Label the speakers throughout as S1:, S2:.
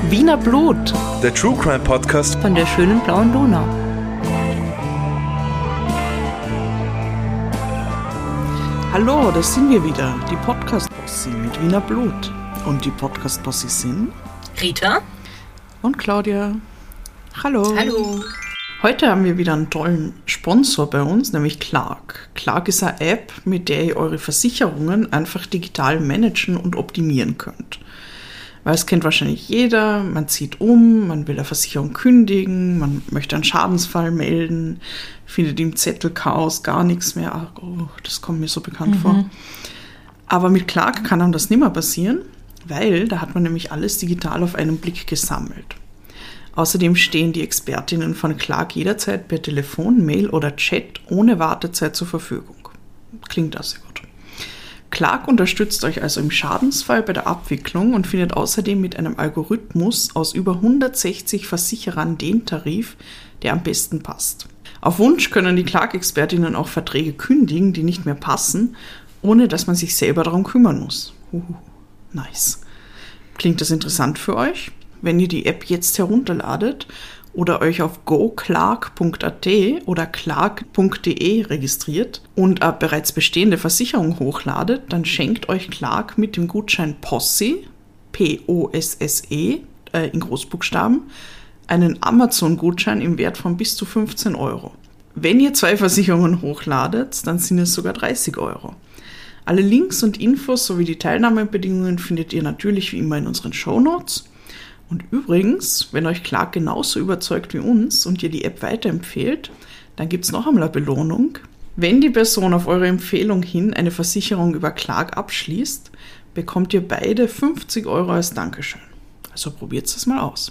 S1: Wiener Blut.
S2: Der True Crime Podcast
S1: Von der schönen blauen Donau. Hallo, das sind wir wieder, die Podcast-Bossi mit Wiener Blut. Und die Podcast-Bossi sind
S3: Rita
S1: und Claudia. Hallo.
S3: Hallo.
S1: Heute haben wir wieder einen tollen Sponsor bei uns, nämlich Clark. Clark ist eine App, mit der ihr eure Versicherungen einfach digital managen und optimieren könnt. Weil es kennt wahrscheinlich jeder, man zieht um, man will eine Versicherung kündigen, man möchte einen Schadensfall melden, findet im Zettelchaos gar nichts mehr. Ach, oh, das kommt mir so bekannt vor. Aber mit Clark kann einem das nicht mehr passieren, weil da hat man nämlich alles digital auf einen Blick gesammelt. Außerdem stehen die Expertinnen von Clark jederzeit per Telefon, Mail oder Chat ohne Wartezeit zur Verfügung. Klingt das sehr gut. Clark unterstützt euch also im Schadensfall bei der Abwicklung und findet außerdem mit einem Algorithmus aus über 160 Versicherern den Tarif, der am besten passt. Auf Wunsch können die Clark-Expertinnen auch Verträge kündigen, die nicht mehr passen, ohne dass man sich selber darum kümmern muss. Nice. Klingt das interessant für euch? Wenn ihr die App jetzt herunterladet oder euch auf goclark.at oder clark.de registriert und eine bereits bestehende Versicherung hochladet, dann schenkt euch Clark mit dem Gutschein POSSE, P-O-S-S-E, in Großbuchstaben, einen Amazon-Gutschein im Wert von bis zu 15 €. Wenn ihr 2 Versicherungen hochladet, dann sind es sogar 30 €. Alle Links und Infos sowie die Teilnahmebedingungen findet ihr natürlich wie immer in unseren Shownotes. Und übrigens, wenn euch Clark genauso überzeugt wie uns und ihr die App weiterempfehlt, dann gibt es noch einmal eine Belohnung. Wenn die Person auf eure Empfehlung hin eine Versicherung über Clark abschließt, bekommt ihr beide 50 € als Dankeschön. Also probiert es mal aus.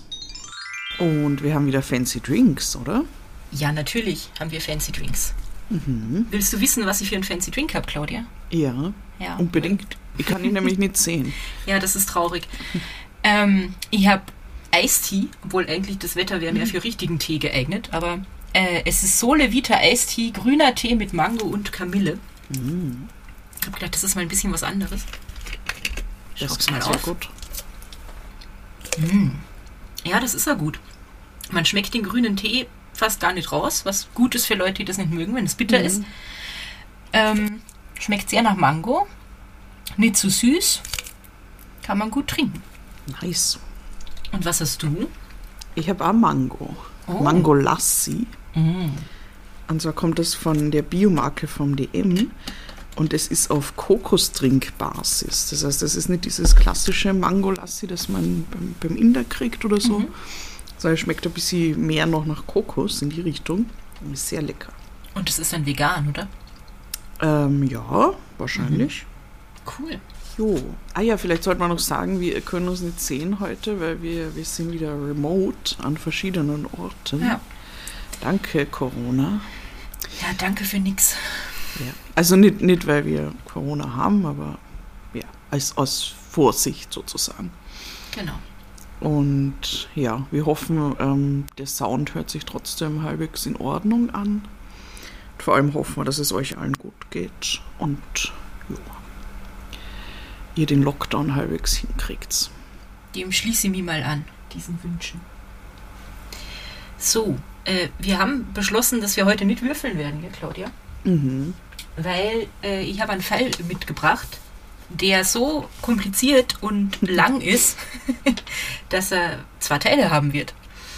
S1: Und wir haben wieder Fancy Drinks, oder?
S3: Ja, natürlich haben wir Fancy Drinks. Willst du wissen, was ich für einen Fancy Drink habe, Claudia?
S1: Ja, unbedingt. Ich kann ihn nämlich nicht sehen.
S3: Ja, das ist traurig. Ich habe Eistee, obwohl eigentlich das Wetter wäre mehr für richtigen Tee geeignet, aber es ist Sole Vita Eistee, grüner Tee mit Mango und Kamille. Ich habe gedacht, das ist mal ein bisschen was anderes.
S1: Das klingt sehr gut.
S3: Ja, das ist ja gut. Man schmeckt den grünen Tee fast gar nicht raus, was gut ist für Leute, die das nicht mögen, wenn es bitter ist. Schmeckt sehr nach Mango, nicht zu süß, kann man gut trinken.
S1: Nice.
S3: Und was hast du?
S1: Ich habe auch Mango.
S3: Oh.
S1: Mango Lassi. Und zwar kommt das von der Biomarke vom DM. Und es ist auf Kokosdrinkbasis. Das heißt, das ist nicht dieses klassische Mango Lassi, das man beim Inder kriegt oder so. Sondern es schmeckt ein bisschen mehr noch nach Kokos in die Richtung. Und ist sehr lecker.
S3: Und das ist dann vegan, oder?
S1: Ja, wahrscheinlich.
S3: Cool.
S1: Jo. Ah ja, vielleicht sollte man noch sagen, wir können uns nicht sehen heute, weil wir sind wieder remote an verschiedenen Orten.
S3: Ja.
S1: Danke, Corona.
S3: Ja, danke für nix.
S1: Ja. Also nicht, weil wir Corona haben, aber ja, aus Vorsicht sozusagen.
S3: Genau.
S1: Und ja, wir hoffen, der Sound hört sich trotzdem halbwegs in Ordnung an. Und vor allem hoffen wir, dass es euch allen gut geht und ja, ihr den Lockdown halbwegs hinkriegt.
S3: Dem schließe ich mich mal an, diesen Wünschen. So, wir haben beschlossen, dass wir heute nicht würfeln werden, ja, Claudia? Weil ich habe einen Fall mitgebracht, der so kompliziert und lang ist, dass er 2 Teile haben wird.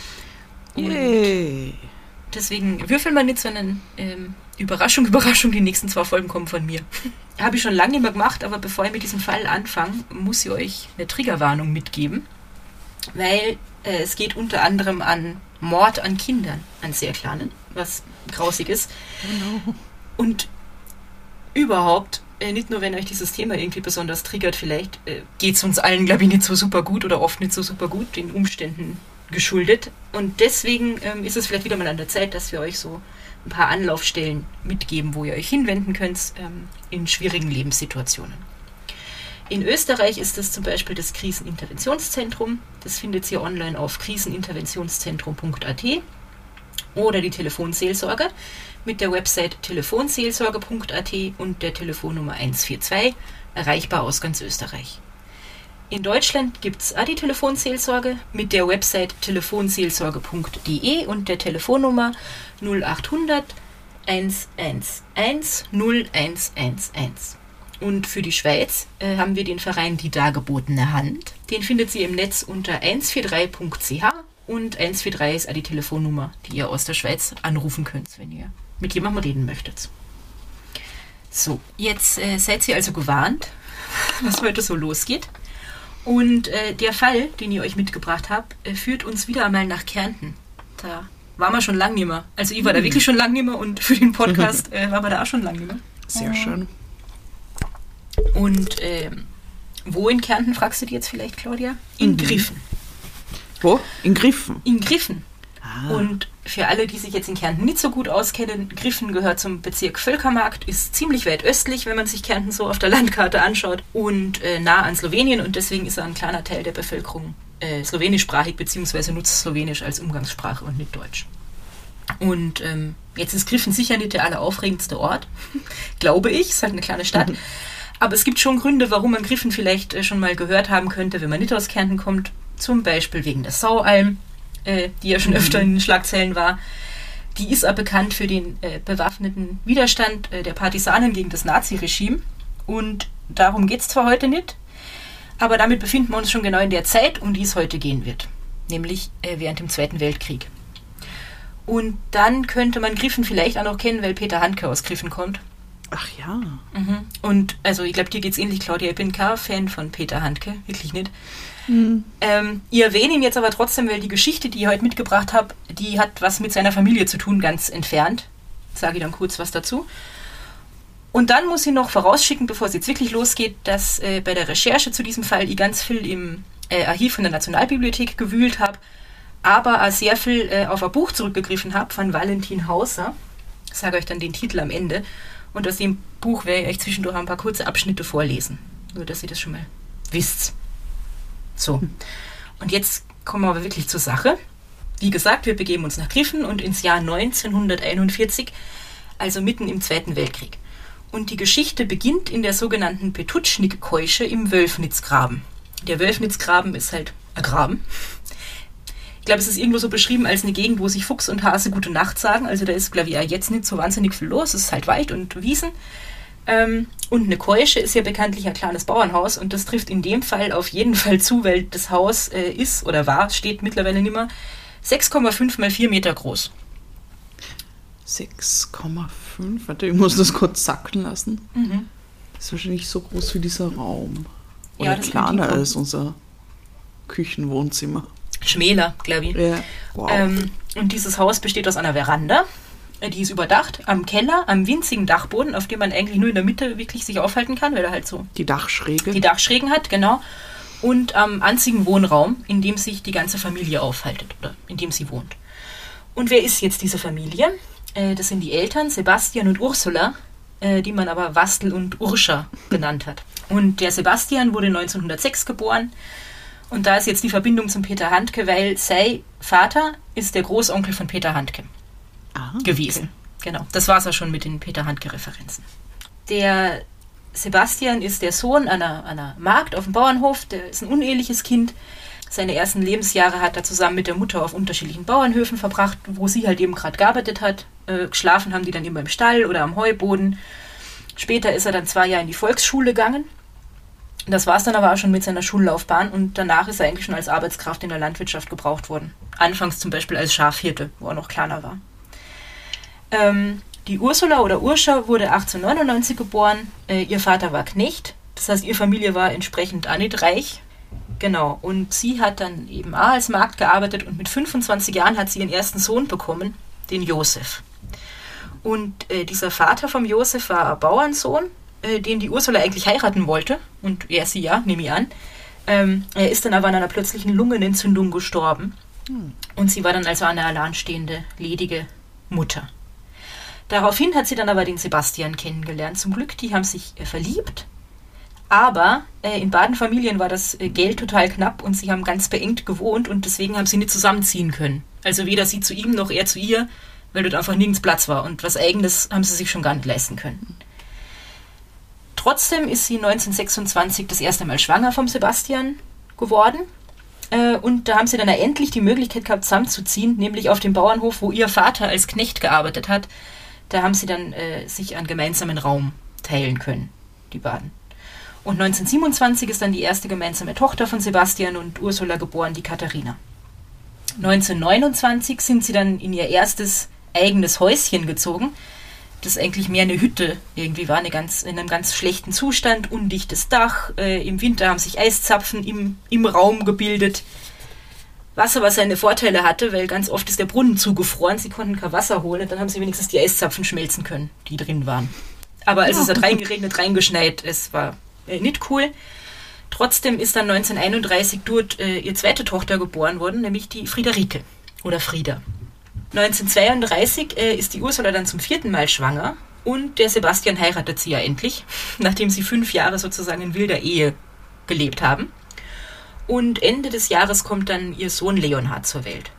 S1: Yay!
S3: Deswegen würfeln wir nicht, sondern Überraschung, Überraschung, die nächsten 2 Folgen kommen von mir. Habe ich schon lange nicht mehr gemacht, aber bevor ich mit diesem Fall anfange, muss ich euch eine Triggerwarnung mitgeben, weil es geht unter anderem an Mord an Kindern, an sehr kleinen, was grausig ist.
S1: Genau.
S3: Und überhaupt, nicht nur wenn euch dieses Thema irgendwie besonders triggert, vielleicht geht es uns allen, glaube ich, nicht so super gut oder oft nicht so super gut, den Umständen geschuldet. Und deswegen ist es vielleicht wieder mal an der Zeit, dass wir euch so ein paar Anlaufstellen mitgeben, wo ihr euch hinwenden könnt in schwierigen Lebenssituationen. In Österreich ist das zum Beispiel das Kriseninterventionszentrum. Das findet ihr online auf kriseninterventionszentrum.at oder die Telefonseelsorge mit der Website telefonseelsorge.at und der Telefonnummer 142, erreichbar aus ganz Österreich. In Deutschland gibt es auch die Telefonseelsorge mit der Website telefonseelsorge.de und der Telefonnummer 0800 111 0111. Und für die Schweiz haben wir den Verein Die Dargebotene Hand. Den findet ihr im Netz unter 143.ch und 143 ist auch die Telefonnummer, die ihr aus der Schweiz anrufen könnt, wenn ihr mit jemandem reden möchtet. So, jetzt seid ihr also gewarnt, was heute so losgeht. Und der Fall, den ich euch mitgebracht habe, führt uns wieder einmal nach Kärnten. Da waren wir schon lange nicht mehr. Also ich war da wirklich schon lange nicht mehr und für den Podcast waren wir da auch schon lange nicht mehr.
S1: Sehr schön.
S3: Und wo in Kärnten, fragst du dich jetzt vielleicht, Claudia? In Griffen.
S1: Wo? In Griffen?
S3: In Griffen.
S1: Ah.
S3: Und für alle, die sich jetzt in Kärnten nicht so gut auskennen, Griffen gehört zum Bezirk Völkermarkt, ist ziemlich weit östlich, wenn man sich Kärnten so auf der Landkarte anschaut und nah an Slowenien und deswegen ist ein kleiner Teil der Bevölkerung slowenischsprachig bzw. nutzt Slowenisch als Umgangssprache und nicht Deutsch. Und jetzt ist Griffen sicher nicht der alleraufregendste Ort, glaube ich, ist halt eine kleine Stadt. Aber es gibt schon Gründe, warum man Griffen vielleicht schon mal gehört haben könnte, wenn man nicht aus Kärnten kommt. Zum Beispiel wegen der Saualm, die ja schon öfter in den Schlagzeilen war. Die ist auch bekannt für den bewaffneten Widerstand der Partisanen gegen das Naziregime. Und darum geht es zwar heute nicht, aber damit befinden wir uns schon genau in der Zeit, um die es heute gehen wird. Nämlich während dem Zweiten Weltkrieg. Und dann könnte man Griffen vielleicht auch noch kennen, weil Peter Handke aus Griffen kommt.
S1: Ach ja.
S3: Und also ich glaube, dir geht's ähnlich, Claudia. Ich bin kein Fan von Peter Handke, wirklich nicht. Ich erwähne ihn jetzt aber trotzdem, weil die Geschichte, die ich heute mitgebracht habe, die hat was mit seiner Familie zu tun, ganz entfernt. Sage ich dann kurz was dazu. Und dann muss ich noch vorausschicken, bevor es jetzt wirklich losgeht, dass bei der Recherche zu diesem Fall ich ganz viel im Archiv von der Nationalbibliothek gewühlt habe, aber auch sehr viel auf ein Buch zurückgegriffen habe von Valentin Hauser. Ich sage euch dann den Titel am Ende. Und aus dem Buch werde ich euch zwischendurch ein paar kurze Abschnitte vorlesen. Nur, dass ihr das schon mal wisst. So. Und jetzt kommen wir aber wirklich zur Sache. Wie gesagt, wir begeben uns nach Griffen und ins Jahr 1941, also mitten im Zweiten Weltkrieg. Und die Geschichte beginnt in der sogenannten Petutschnik-Keusche im Wölfnitzgraben. Der Wölfnitzgraben ist halt ein Graben. Ich glaube, es ist irgendwo so beschrieben als eine Gegend, wo sich Fuchs und Hase gute Nacht sagen. Also da ist, glaube ich, ja jetzt nicht so wahnsinnig viel los. Es ist halt Wald und Wiesen. Und eine Keusche ist ja bekanntlich ein kleines Bauernhaus. Und das trifft in dem Fall auf jeden Fall zu, weil das Haus ist oder war, steht mittlerweile nicht mehr, 6,5 mal 4 Meter groß.
S1: 6,5? Warte, ich muss das kurz sacken lassen. Das ist wahrscheinlich so groß wie dieser Raum. Oder
S3: Ja,
S1: kleiner als unser Küchenwohnzimmer.
S3: Schmäler, glaube ich.
S1: Ja. Wow.
S3: Und dieses Haus besteht aus einer Veranda, die ist überdacht, am Keller, am winzigen Dachboden, auf dem man eigentlich nur in der Mitte wirklich sich aufhalten kann, weil er halt so
S1: Die Dachschräge.
S3: die Dachschrägen hat, genau. Und am einzigen Wohnraum, in dem sich die ganze Familie aufhaltet oder in dem sie wohnt. Und wer ist jetzt diese Familie? Das sind die Eltern, Sebastian und Ursula, die man aber Wastel und Urscha genannt hat. Und der Sebastian wurde 1906 geboren. Und da ist jetzt die Verbindung zum Peter Handke, weil sein Vater ist der Großonkel von Peter Handke gewesen. Okay. Genau, das war es ja schon mit den Peter Handke-Referenzen. Der Sebastian ist der Sohn einer Magd auf dem Bauernhof, der ist ein uneheliches Kind. Seine ersten Lebensjahre hat er zusammen mit der Mutter auf unterschiedlichen Bauernhöfen verbracht, wo sie halt eben gerade gearbeitet hat. Geschlafen haben die dann immer im Stall oder am Heuboden. Später ist er dann 2 Jahre in die Volksschule gegangen. Das war es dann aber auch schon mit seiner Schullaufbahn und danach ist er eigentlich schon als Arbeitskraft in der Landwirtschaft gebraucht worden. Anfangs zum Beispiel als Schafhirte, wo er noch kleiner war. Die Ursula oder Urscha wurde 1899 geboren. Ihr Vater war Knecht, das heißt, ihre Familie war entsprechend auch nicht reich. Genau, und sie hat dann eben auch als Magd gearbeitet und mit 25 Jahren hat sie ihren ersten Sohn bekommen, den Josef. Und dieser Vater vom Josef war ein Bauernsohn, den die Ursula eigentlich heiraten wollte. Und er sie ja, nehme ich an. Er ist dann aber an einer plötzlichen Lungenentzündung gestorben. Und sie war dann also eine alleinstehende, ledige Mutter. Daraufhin hat sie dann aber den Sebastian kennengelernt. Zum Glück, die haben sich verliebt. Aber in beiden Familien war das Geld total knapp und sie haben ganz beengt gewohnt und deswegen haben sie nicht zusammenziehen können. Also weder sie zu ihm noch er zu ihr, weil dort einfach nirgends Platz war. Und was Eigenes haben sie sich schon gar nicht leisten können. Trotzdem ist sie 1926 das erste Mal schwanger vom Sebastian geworden. Und da haben sie dann endlich die Möglichkeit gehabt, zusammenzuziehen, nämlich auf dem Bauernhof, wo ihr Vater als Knecht gearbeitet hat. Da haben sie dann sich einen gemeinsamen Raum teilen können, die beiden. Und 1927 ist dann die erste gemeinsame Tochter von Sebastian und Ursula geboren, die Katharina. 1929 sind sie dann in ihr erstes eigenes Häuschen gezogen, das eigentlich mehr eine Hütte irgendwie war, in einem ganz schlechten Zustand, undichtes Dach. Im Winter haben sich Eiszapfen im Raum gebildet, was aber seine Vorteile hatte, weil ganz oft ist der Brunnen zugefroren, sie konnten kein Wasser holen, dann haben sie wenigstens die Eiszapfen schmelzen können, die drin waren. Aber als es hat reingeregnet, reingeschneit, es war nicht cool. Trotzdem ist dann 1931 dort ihre zweite Tochter geboren worden, nämlich die Friederike oder Frieda. 1932 ist die Ursula dann zum 4. Mal schwanger und der Sebastian heiratet sie ja endlich, nachdem sie 5 Jahre sozusagen in wilder Ehe gelebt haben. Und Ende des Jahres kommt dann ihr Sohn Leonhard zur Welt.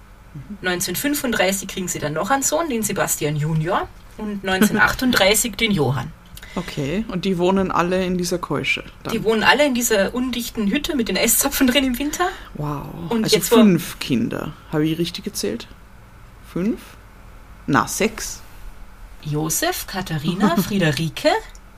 S3: 1935 kriegen sie dann noch einen Sohn, den Sebastian Junior, und 1938 den Johann.
S1: Okay, und die wohnen alle in dieser Keusche? Dann.
S3: Die wohnen alle in dieser undichten Hütte mit den Eiszapfen drin im Winter.
S1: Wow,
S3: und
S1: also
S3: jetzt
S1: 5 Kinder. Habe ich richtig gezählt? 5? Na, 6.
S3: Josef, Katharina, Friederike,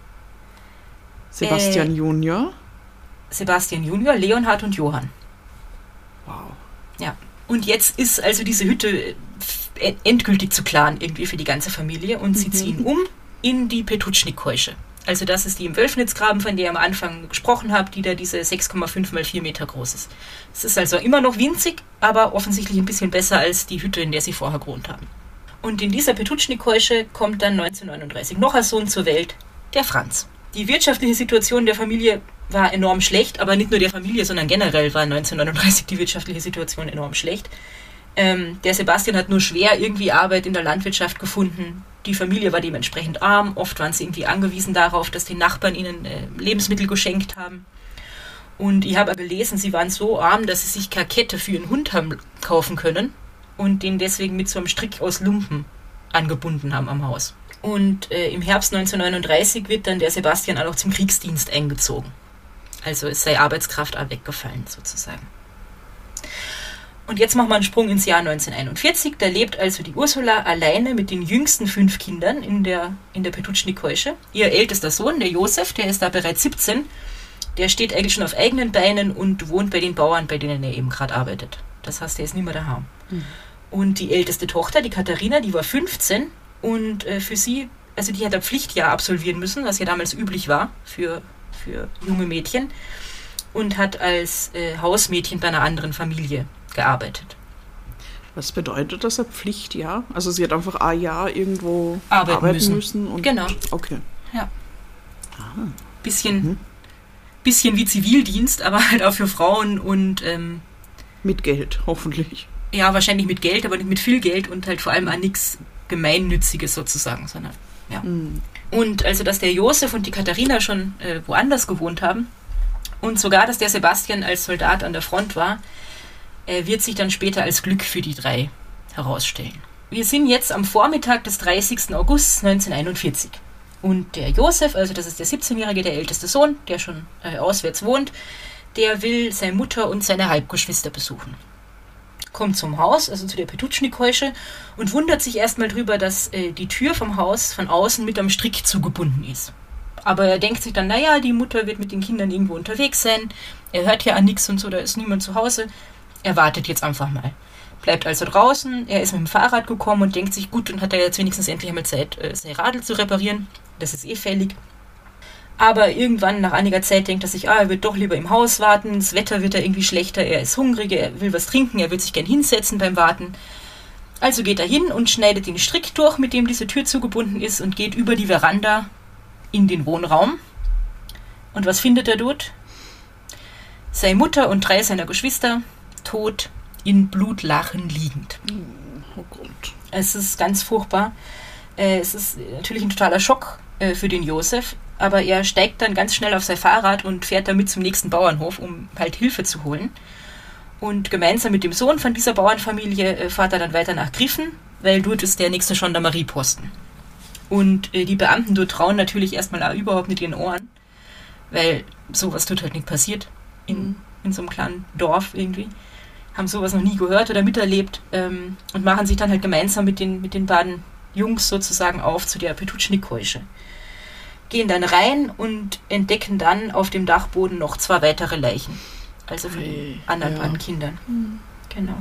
S1: Sebastian Junior,
S3: Leonhard und Johann.
S1: Wow.
S3: Ja. Und jetzt ist also diese Hütte endgültig zu klein irgendwie für die ganze Familie und sie ziehen um in die Petutschnik-Keusche. Also das ist die im Wölfnitzgraben, von der ihr am Anfang gesprochen habt, die da diese 6,5 mal 4 Meter groß ist. Es ist also immer noch winzig, aber offensichtlich ein bisschen besser als die Hütte, in der sie vorher gewohnt haben. Und in dieser Petutschnik-Keusche kommt dann 1939 noch ein Sohn zur Welt, der Franz. Die wirtschaftliche Situation der Familie war enorm schlecht, aber nicht nur der Familie, sondern generell war 1939 die wirtschaftliche Situation enorm schlecht. Der Sebastian hat nur schwer irgendwie Arbeit in der Landwirtschaft gefunden. Die Familie war dementsprechend arm. Oft waren sie irgendwie angewiesen darauf, dass die Nachbarn ihnen Lebensmittel geschenkt haben. Und ich habe gelesen, sie waren so arm, dass sie sich keine Kette für ihren Hund haben kaufen können und den deswegen mit so einem Strick aus Lumpen angebunden haben am Haus. Und im Herbst 1939 wird dann der Sebastian auch noch zum Kriegsdienst eingezogen. Also ist seine Arbeitskraft auch weggefallen sozusagen. Und jetzt machen wir einen Sprung ins Jahr 1941. Da lebt also die Ursula alleine mit den jüngsten 5 Kindern in der Petutschnik-Keusche. Ihr ältester Sohn, der Josef, der ist da bereits 17. Der steht eigentlich schon auf eigenen Beinen und wohnt bei den Bauern, bei denen er eben gerade arbeitet. Das heißt, der ist nicht mehr daheim. Und die älteste Tochter, die Katharina, die war 15. Und für sie, also die hat ein Pflichtjahr absolvieren müssen, was ja damals üblich war für junge Mädchen. Und hat als Hausmädchen bei einer anderen Familie gearbeitet.
S1: Was bedeutet das, ein Pflichtjahr? Also sie hat einfach ein Jahr irgendwo arbeiten müssen und
S3: genau.
S1: Okay.
S3: Ja. Bisschen wie Zivildienst, aber halt auch für Frauen und
S1: mit Geld, hoffentlich.
S3: Ja, wahrscheinlich mit Geld, aber nicht mit viel Geld und halt vor allem auch nichts Gemeinnütziges sozusagen, sondern ja. Und also, dass der Josef und die Katharina schon woanders gewohnt haben und sogar, dass der Sebastian als Soldat an der Front war, wird sich dann später als Glück für die 3 herausstellen. Wir sind jetzt am Vormittag des 30. August 1941. Und der Josef, also das ist der 17-Jährige, der älteste Sohn, der schon auswärts wohnt, der will seine Mutter und seine Halbgeschwister besuchen. Kommt zum Haus, also zu der Petutschnik-Keusche, und wundert sich erstmal drüber, dass die Tür vom Haus von außen mit einem Strick zugebunden ist. Aber er denkt sich dann, naja, die Mutter wird mit den Kindern irgendwo unterwegs sein, er hört ja an nichts und so, da ist niemand zu Hause. Er wartet jetzt einfach mal. Bleibt also draußen, er ist mit dem Fahrrad gekommen und denkt sich, gut, dann hat er jetzt wenigstens endlich einmal Zeit, sein Radl zu reparieren. Das ist fällig. Aber irgendwann, nach einiger Zeit, denkt er sich, er wird doch lieber im Haus warten, das Wetter wird da irgendwie schlechter, er ist hungrig, er will was trinken, er will sich gern hinsetzen beim Warten. Also geht er hin und schneidet den Strick durch, mit dem diese Tür zugebunden ist, und geht über die Veranda in den Wohnraum. Und was findet er dort? Seine Mutter und 3 seiner Geschwister tot in Blutlachen liegend.
S1: Oh Gott.
S3: Es ist ganz furchtbar. Es ist natürlich ein totaler Schock für den Josef, aber er steigt dann ganz schnell auf sein Fahrrad und fährt damit zum nächsten Bauernhof, um halt Hilfe zu holen. Und gemeinsam mit dem Sohn von dieser Bauernfamilie fährt er dann weiter nach Griffen, weil dort ist der nächste Gendarmerieposten. Und die Beamten dort trauen natürlich erstmal auch überhaupt nicht ihren Ohren. weil sowas tut halt nicht passiert in so einem kleinen Dorf irgendwie. Haben sowas noch nie gehört oder miterlebt und machen sich dann halt gemeinsam mit den beiden Jungs sozusagen auf zu der Petutschnik-Keusche. Gehen dann rein und entdecken dann auf dem Dachboden noch 2 weitere Leichen. Also von den anderen beiden Kindern. Genau.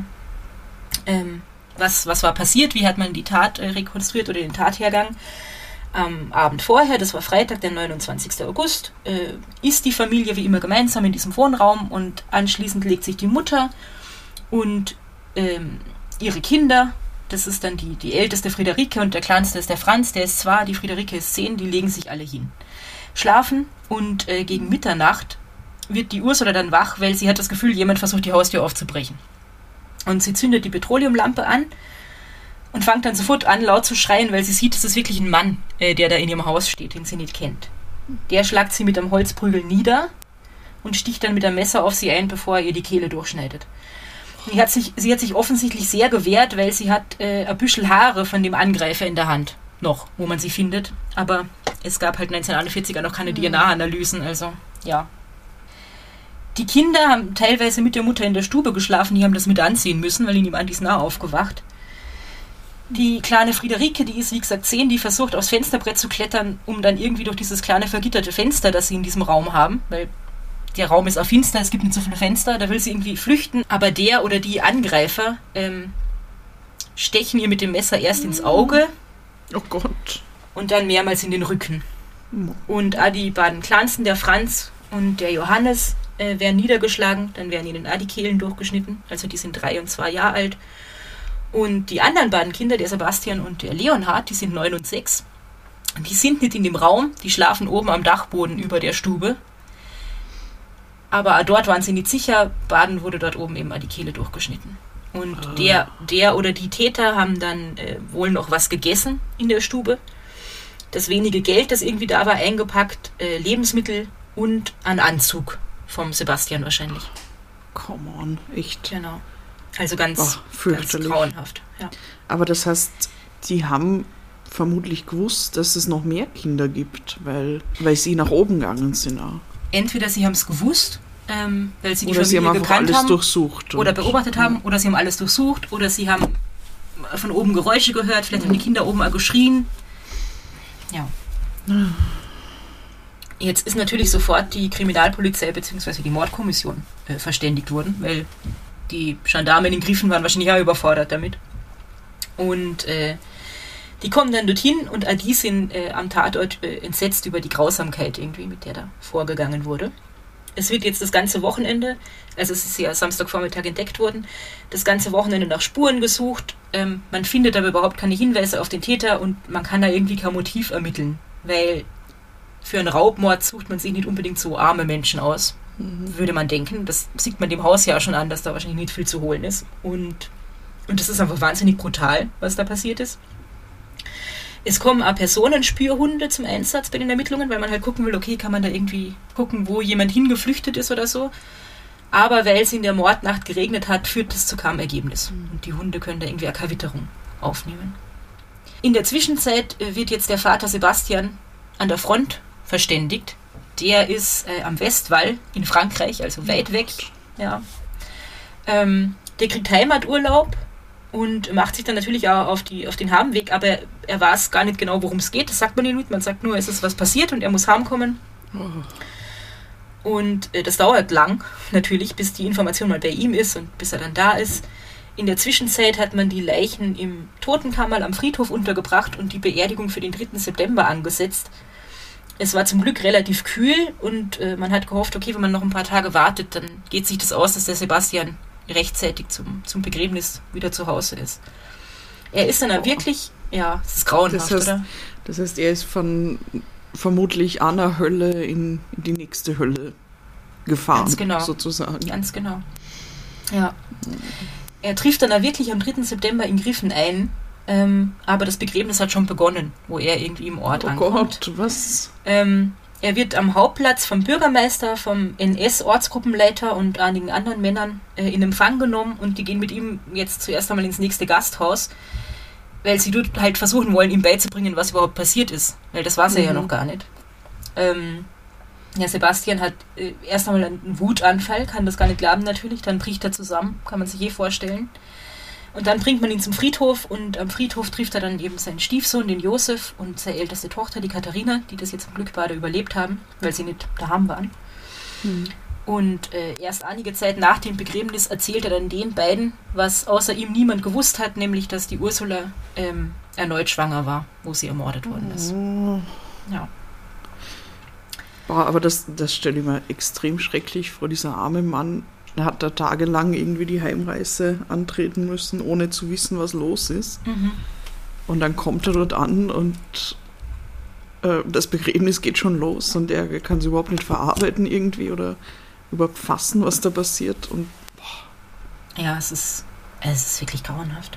S3: Was war passiert? Wie hat man die Tat rekonstruiert oder den Tathergang? Am Abend vorher, das war Freitag, der 29. August, ist die Familie wie immer gemeinsam in diesem Wohnraum und anschließend legt sich die Mutter und ihre Kinder, das ist dann die älteste Friederike und der kleinste ist der Franz, der ist 2, die Friederike ist 10, die legen sich alle hin. Schlafen und gegen Mitternacht wird die Ursula dann wach, weil sie hat das Gefühl, jemand versucht, die Haustür aufzubrechen. Und sie zündet die Petroleumlampe an und fängt dann sofort an, laut zu schreien, weil sie sieht, es ist wirklich ein Mann, der da in ihrem Haus steht, den sie nicht kennt. Der schlagt sie mit einem Holzprügel nieder und sticht dann mit einem Messer auf sie ein, bevor er ihr die Kehle durchschneidet. Sie hat sich offensichtlich sehr gewehrt, weil sie hat ein Büschel Haare von dem Angreifer in der Hand. Noch, wo man sie findet. Aber es gab halt 1941 noch keine DNA-Analysen, also ja. Die Kinder haben teilweise mit der Mutter in der Stube geschlafen, die haben das mit anziehen müssen, weil ihnen jemand ist nah aufgewacht. Die kleine Friederike, die ist wie gesagt 10, die versucht aufs Fensterbrett zu klettern, um dann irgendwie durch dieses kleine vergitterte Fenster, das sie in diesem Raum haben, weil der Raum ist auch finster, es gibt nicht so viele Fenster, da will sie irgendwie flüchten, aber der oder die Angreifer stechen ihr mit dem Messer erst ins Auge.
S1: Oh Gott.
S3: Und dann mehrmals in den Rücken. Und die beiden Kleinsten, der Franz und der Johannes, werden niedergeschlagen, dann werden ihnen die Kehlen durchgeschnitten, also die sind 3 und 2 Jahre alt. Und die anderen beiden Kinder, der Sebastian und der Leonhard, die sind 9 und 6. Die sind nicht in dem Raum, die schlafen oben am Dachboden über der Stube. Aber dort waren sie nicht sicher, Baden wurde dort oben eben die Kehle durchgeschnitten. Und der oder die Täter haben dann wohl noch was gegessen in der Stube. Das wenige Geld, das irgendwie da war, eingepackt, Lebensmittel und einen Anzug vom Sebastian wahrscheinlich.
S1: Come on, echt.
S3: Genau. Also ganz grauenhaft. Ja.
S1: Aber das heißt, die haben vermutlich gewusst, dass es noch mehr Kinder gibt, weil sie nach oben gegangen sind. Auch.
S3: Entweder sie haben es gewusst, weil sie die
S1: oder
S3: Familie
S1: sie haben
S3: gekannt
S1: alles
S3: haben
S1: durchsucht
S3: oder beobachtet haben, oder sie haben alles durchsucht, oder sie haben von oben Geräusche gehört, vielleicht haben die Kinder oben mal geschrien. Ja. Jetzt ist natürlich sofort die Kriminalpolizei bzw. die Mordkommission verständigt worden, weil die Gendarmen in den Griffen waren wahrscheinlich auch überfordert damit. Und die kommen dann dorthin und die sind am Tatort entsetzt über die Grausamkeit irgendwie, mit der da vorgegangen wurde. Es wird jetzt das ganze Wochenende, also es ist ja Samstagvormittag entdeckt worden, das ganze Wochenende nach Spuren gesucht. Man findet aber überhaupt keine Hinweise auf den Täter und man kann da irgendwie kein Motiv ermitteln, weil für einen Raubmord sucht man sich nicht unbedingt so arme Menschen aus, würde man denken. Das sieht man dem Haus ja schon an, dass da wahrscheinlich nicht viel zu holen ist. Und das ist einfach wahnsinnig brutal, was da passiert ist. Es kommen auch Personenspürhunde zum Einsatz bei den Ermittlungen, weil man halt gucken will, okay, kann man da irgendwie gucken, wo jemand hingeflüchtet ist oder so. Aber weil es in der Mordnacht geregnet hat, führt das zu keinem Ergebnis. Und die Hunde können da irgendwie eine Verwitterung aufnehmen. In der Zwischenzeit wird jetzt der Vater Sebastian an der Front verständigt. Der ist am Westwall in Frankreich, also weit weg. Ja. Der kriegt Heimaturlaub und macht sich dann natürlich auch auf den Heimweg, aber er weiß gar nicht genau, worum es geht. Das sagt man ihm nicht. Man sagt nur, es ist was passiert und er muss heimkommen. Und das dauert lang, natürlich, bis die Information mal bei ihm ist und bis er dann da ist. In der Zwischenzeit hat man die Leichen im Totenkammerl am Friedhof untergebracht und die Beerdigung für den 3. September angesetzt. Es war zum Glück relativ kühl und man hat gehofft, okay, wenn man noch ein paar Tage wartet, dann geht sich das aus, dass der Sebastian rechtzeitig zum Begräbnis wieder zu Hause ist. Er ist dann wirklich, ja, es ist grauenhaft, oder?
S1: Das heißt, er ist von vermutlich einer Hölle in die nächste Hölle gefahren,
S3: ganz genau,
S1: sozusagen.
S3: Ganz genau. Ja. Er trifft dann auch wirklich am 3. September in Griffen ein, aber das Begräbnis hat schon begonnen, wo er irgendwie im Ort ankommt.
S1: Oh Gott, was?
S3: Er wird am Hauptplatz vom Bürgermeister, vom NS-Ortsgruppenleiter und einigen anderen Männern in Empfang genommen und die gehen mit ihm jetzt zuerst einmal ins nächste Gasthaus, weil sie dort halt versuchen wollen, ihm beizubringen, was überhaupt passiert ist, weil das weiß er ja noch gar nicht. Ja, Sebastian hat erst einmal einen Wutanfall, kann das gar nicht glauben natürlich, dann bricht er zusammen, kann man sich vorstellen. Und dann bringt man ihn zum Friedhof und am Friedhof trifft er dann eben seinen Stiefsohn, den Josef, und seine älteste Tochter, die Katharina, die das jetzt zum Glück beide überlebt haben, weil sie nicht daheim waren. Und erst einige Zeit nach dem Begräbnis erzählt er dann den beiden, was außer ihm niemand gewusst hat, nämlich, dass die Ursula erneut schwanger war, wo sie ermordet worden ist. Ja.
S1: Boah, aber das stelle ich mir extrem schrecklich vor, dieser arme Mann. Er hat da tagelang irgendwie die Heimreise antreten müssen, ohne zu wissen, was los ist. Und dann kommt er dort an und das Begräbnis geht schon los und er kann es überhaupt nicht verarbeiten irgendwie oder überhaupt fassen, was da passiert. Und
S3: ja, es ist wirklich grauenhaft.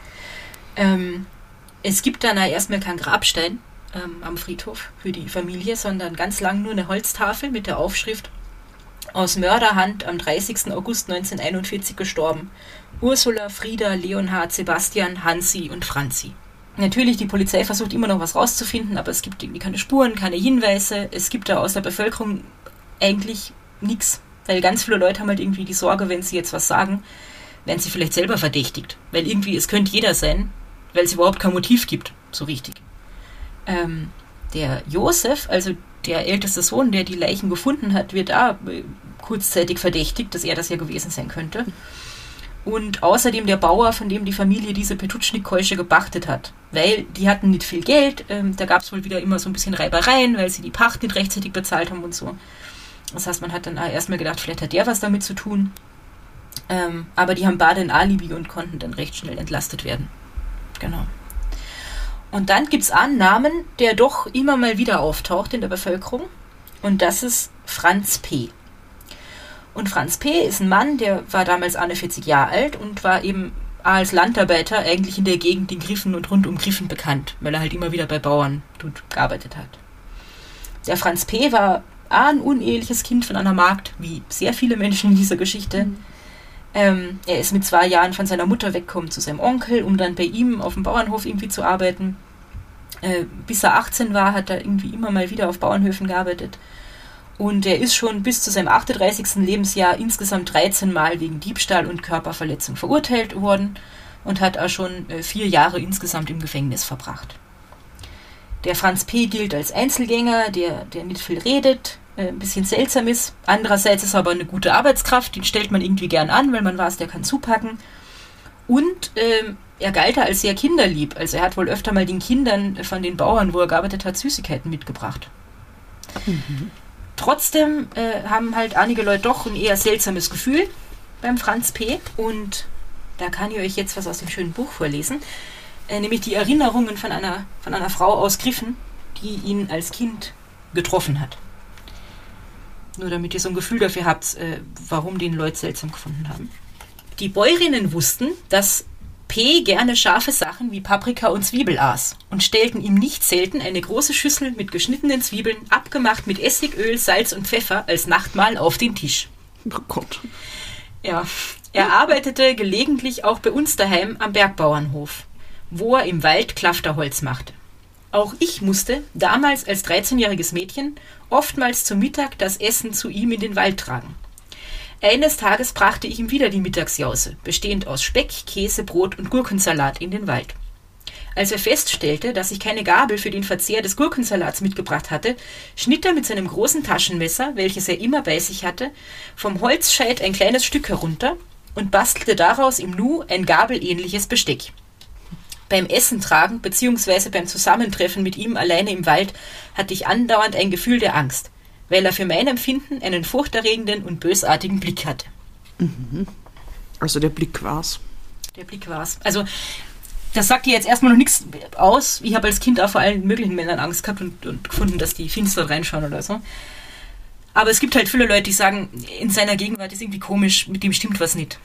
S3: Es gibt dann erstmal keinen Grabstein am Friedhof für die Familie, sondern ganz lang nur eine Holztafel mit der Aufschrift: aus Mörderhand am 30. August 1941 gestorben. Ursula, Frieda, Leonhard, Sebastian, Hansi und Franzi. Natürlich, die Polizei versucht immer noch was rauszufinden, aber es gibt irgendwie keine Spuren, keine Hinweise. Es gibt da aus der Bevölkerung eigentlich nichts, weil ganz viele Leute haben halt irgendwie die Sorge, wenn sie jetzt was sagen, werden sie vielleicht selber verdächtigt. Weil irgendwie, es könnte jeder sein, weil es überhaupt kein Motiv gibt, so richtig. Der Josef, also der älteste Sohn, der die Leichen gefunden hat, wird da kurzzeitig verdächtigt, dass er das ja gewesen sein könnte. Und außerdem der Bauer, von dem die Familie diese Petutschnik-Keusche gepachtet hat. Weil die hatten nicht viel Geld, da gab es wohl wieder immer so ein bisschen Reibereien, weil sie die Pacht nicht rechtzeitig bezahlt haben und so. Das heißt, man hat dann erstmal gedacht, vielleicht hat der was damit zu tun. Aber die haben beide ein Alibi und konnten dann recht schnell entlastet werden. Genau. Und dann gibt es einen Namen, der doch immer mal wieder auftaucht in der Bevölkerung. Und das ist Franz P. Und Franz P. ist ein Mann, der war damals 41 Jahre alt und war eben als Landarbeiter eigentlich in der Gegend in Griffen und rund um Griffen bekannt, weil er halt immer wieder bei Bauern dort gearbeitet hat. Der Franz P. war ein uneheliches Kind von einer Magd, wie sehr viele Menschen in dieser Geschichte. Er ist mit 2 Jahren von seiner Mutter weggekommen zu seinem Onkel, um dann bei ihm auf dem Bauernhof irgendwie zu arbeiten. Bis er 18 war, hat er irgendwie immer mal wieder auf Bauernhöfen gearbeitet. Und er ist schon bis zu seinem 38. Lebensjahr insgesamt 13 Mal wegen Diebstahl und Körperverletzung verurteilt worden und hat auch schon 4 Jahre insgesamt im Gefängnis verbracht. Der Franz P. gilt als Einzelgänger, der nicht viel redet, ein bisschen seltsam ist. Andererseits ist er aber eine gute Arbeitskraft, den stellt man irgendwie gern an, weil man weiß, der kann zupacken. Und er galt als sehr kinderlieb. Also er hat wohl öfter mal den Kindern von den Bauern, wo er gearbeitet hat, Süßigkeiten mitgebracht. Trotzdem haben halt einige Leute doch ein eher seltsames Gefühl beim Franz P. Und da kann ich euch jetzt was aus dem schönen Buch vorlesen. Nämlich die Erinnerungen von einer Frau aus Griffen, die ihn als Kind getroffen hat. Nur damit ihr so ein Gefühl dafür habt, warum den Leute seltsam gefunden haben. Die Bäuerinnen wussten, dass P. gerne scharfe Sachen wie Paprika und Zwiebel aß und stellten ihm nicht selten eine große Schüssel mit geschnittenen Zwiebeln, abgemacht mit Essigöl, Salz und Pfeffer, als Nachtmahl auf den Tisch.
S1: Oh Gott.
S3: Ja, er arbeitete gelegentlich auch bei uns daheim am Bergbauernhof, wo er im Wald Klafterholz machte. Auch ich musste, damals als 13-jähriges Mädchen, oftmals zum Mittag das Essen zu ihm in den Wald tragen. Eines Tages brachte ich ihm wieder die Mittagsjause, bestehend aus Speck, Käse, Brot und Gurkensalat, in den Wald. Als er feststellte, dass ich keine Gabel für den Verzehr des Gurkensalats mitgebracht hatte, schnitt er mit seinem großen Taschenmesser, welches er immer bei sich hatte, vom Holzscheit ein kleines Stück herunter und bastelte daraus im Nu ein gabelähnliches Besteck. Beim Essen tragen bzw. beim Zusammentreffen mit ihm alleine im Wald hatte ich andauernd ein Gefühl der Angst, weil er für mein Empfinden einen furchterregenden und bösartigen Blick hatte.
S1: Also der Blick war's.
S3: Der Blick war's. Also das sagt dir jetzt erstmal noch nichts aus. Ich habe als Kind auch vor allen möglichen Männern Angst gehabt und gefunden, dass die finster reinschauen oder so. Aber es gibt halt viele Leute, die sagen, in seiner Gegenwart ist irgendwie komisch, mit dem stimmt was nicht.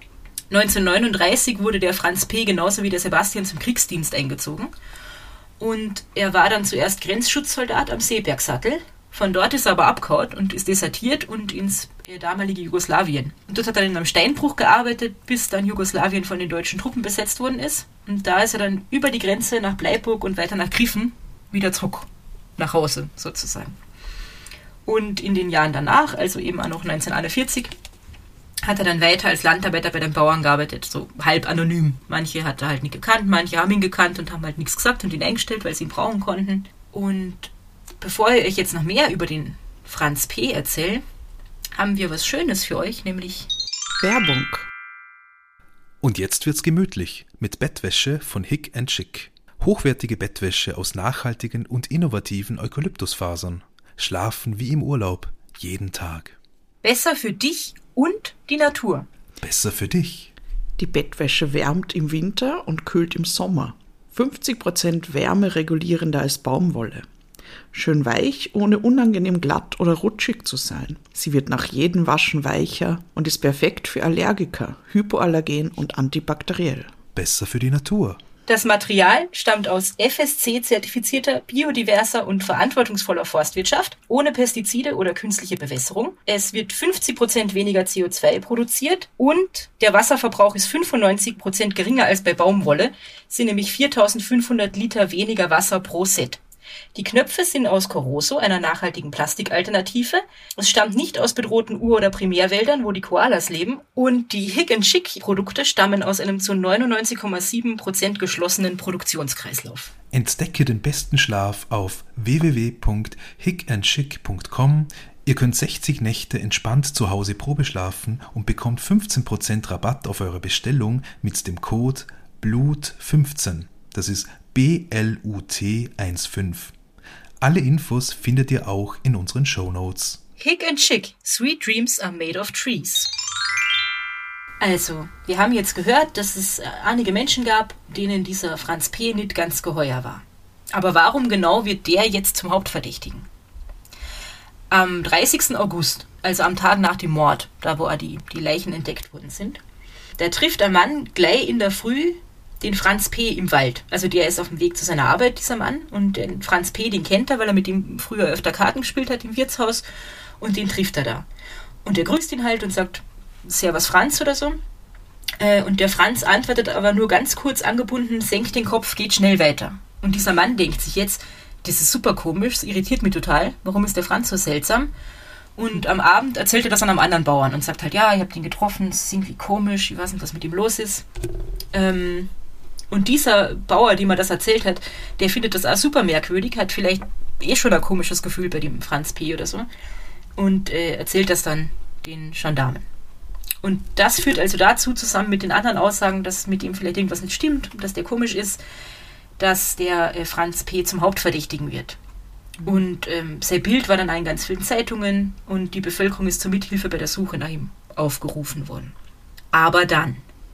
S3: 1939 wurde der Franz P. genauso wie der Sebastian zum Kriegsdienst eingezogen. Und er war dann zuerst Grenzschutzsoldat am Seebergsattel. Von dort ist er aber abgehauen und ist desertiert und ins damalige Jugoslawien. Und dort hat er dann am Steinbruch gearbeitet, bis dann Jugoslawien von den deutschen Truppen besetzt worden ist. Und da ist er dann über die Grenze nach Bleiburg und weiter nach Griffen wieder zurück nach Hause, sozusagen. Und in den Jahren danach, also eben auch noch 1941, hat er dann weiter als Landarbeiter bei den Bauern gearbeitet, so halb anonym. Manche hat er halt nicht gekannt, manche haben ihn gekannt und haben halt nichts gesagt und ihn eingestellt, weil sie ihn brauchen konnten. Und bevor ich euch jetzt noch mehr über den Franz P. erzähle, haben wir was Schönes für euch, nämlich
S1: Werbung.
S2: Und jetzt wird's gemütlich mit Bettwäsche von Hick & Chick. Hochwertige Bettwäsche aus nachhaltigen und innovativen Eukalyptusfasern. Schlafen wie im Urlaub, jeden Tag.
S3: besser für dich und die Natur.
S2: Besser für dich.
S1: Die Bettwäsche wärmt im Winter und kühlt im Sommer. 50% wärmeregulierender als Baumwolle. Schön weich, ohne unangenehm glatt oder rutschig zu sein. Sie wird nach jedem Waschen weicher und ist perfekt für Allergiker, hypoallergen und antibakteriell.
S2: Besser für die Natur.
S3: Das Material stammt aus FSC-zertifizierter, biodiverser und verantwortungsvoller Forstwirtschaft, ohne Pestizide oder künstliche Bewässerung. Es wird 50% weniger CO2 produziert und der Wasserverbrauch ist 95% geringer als bei Baumwolle, sind nämlich 4.500 Liter weniger Wasser pro Set. Die Knöpfe sind aus Corozo, einer nachhaltigen Plastikalternative. Es stammt nicht aus bedrohten Ur- oder Primärwäldern, wo die Koalas leben. Und die Hick & Chick-Produkte stammen aus einem zu 99,7% geschlossenen Produktionskreislauf.
S2: Entdecke den besten Schlaf auf www.hickandchick.com. Ihr könnt 60 Nächte entspannt zu Hause Probeschlafen und bekommt 15% Rabatt auf eure Bestellung mit dem Code BLUT15. Das ist BLUT15. Alle Infos findet ihr auch in unseren Shownotes.
S3: Hick & Chick. Sweet Dreams are made of trees. Also, wir haben jetzt gehört, dass es einige Menschen gab, denen dieser Franz P. nicht ganz geheuer war. Aber warum genau wird der jetzt zum Hauptverdächtigen? Am 30. August, also am Tag nach dem Mord, da wo die Leichen entdeckt worden sind, da trifft ein Mann gleich in der Früh den Franz P. im Wald. Also der ist auf dem Weg zu seiner Arbeit, dieser Mann. Und den Franz P., den kennt er, weil er mit ihm früher öfter Karten gespielt hat im Wirtshaus. Und den trifft er da. Und er grüßt ihn halt und sagt, Servus Franz oder so. Und der Franz antwortet aber nur ganz kurz angebunden, senkt den Kopf, geht schnell weiter. Und dieser Mann denkt sich jetzt, das ist super komisch, das irritiert mich total. Warum ist der Franz so seltsam? Und am Abend erzählt er das an einem anderen Bauern und sagt halt, ja, ich habe den getroffen, es ist irgendwie komisch, ich weiß nicht, was mit ihm los ist. Und dieser Bauer, dem er das erzählt hat, der findet das auch super merkwürdig, hat vielleicht schon ein komisches Gefühl bei dem Franz P. oder so und erzählt das dann den Gendarmen. Und das führt also dazu, zusammen mit den anderen Aussagen, dass mit ihm vielleicht irgendwas nicht stimmt, dass der komisch ist, dass der Franz P. zum Hauptverdächtigen wird. Und sein Bild war dann in ganz vielen Zeitungen und die Bevölkerung ist zur Mithilfe bei der Suche nach ihm aufgerufen worden. Aber dann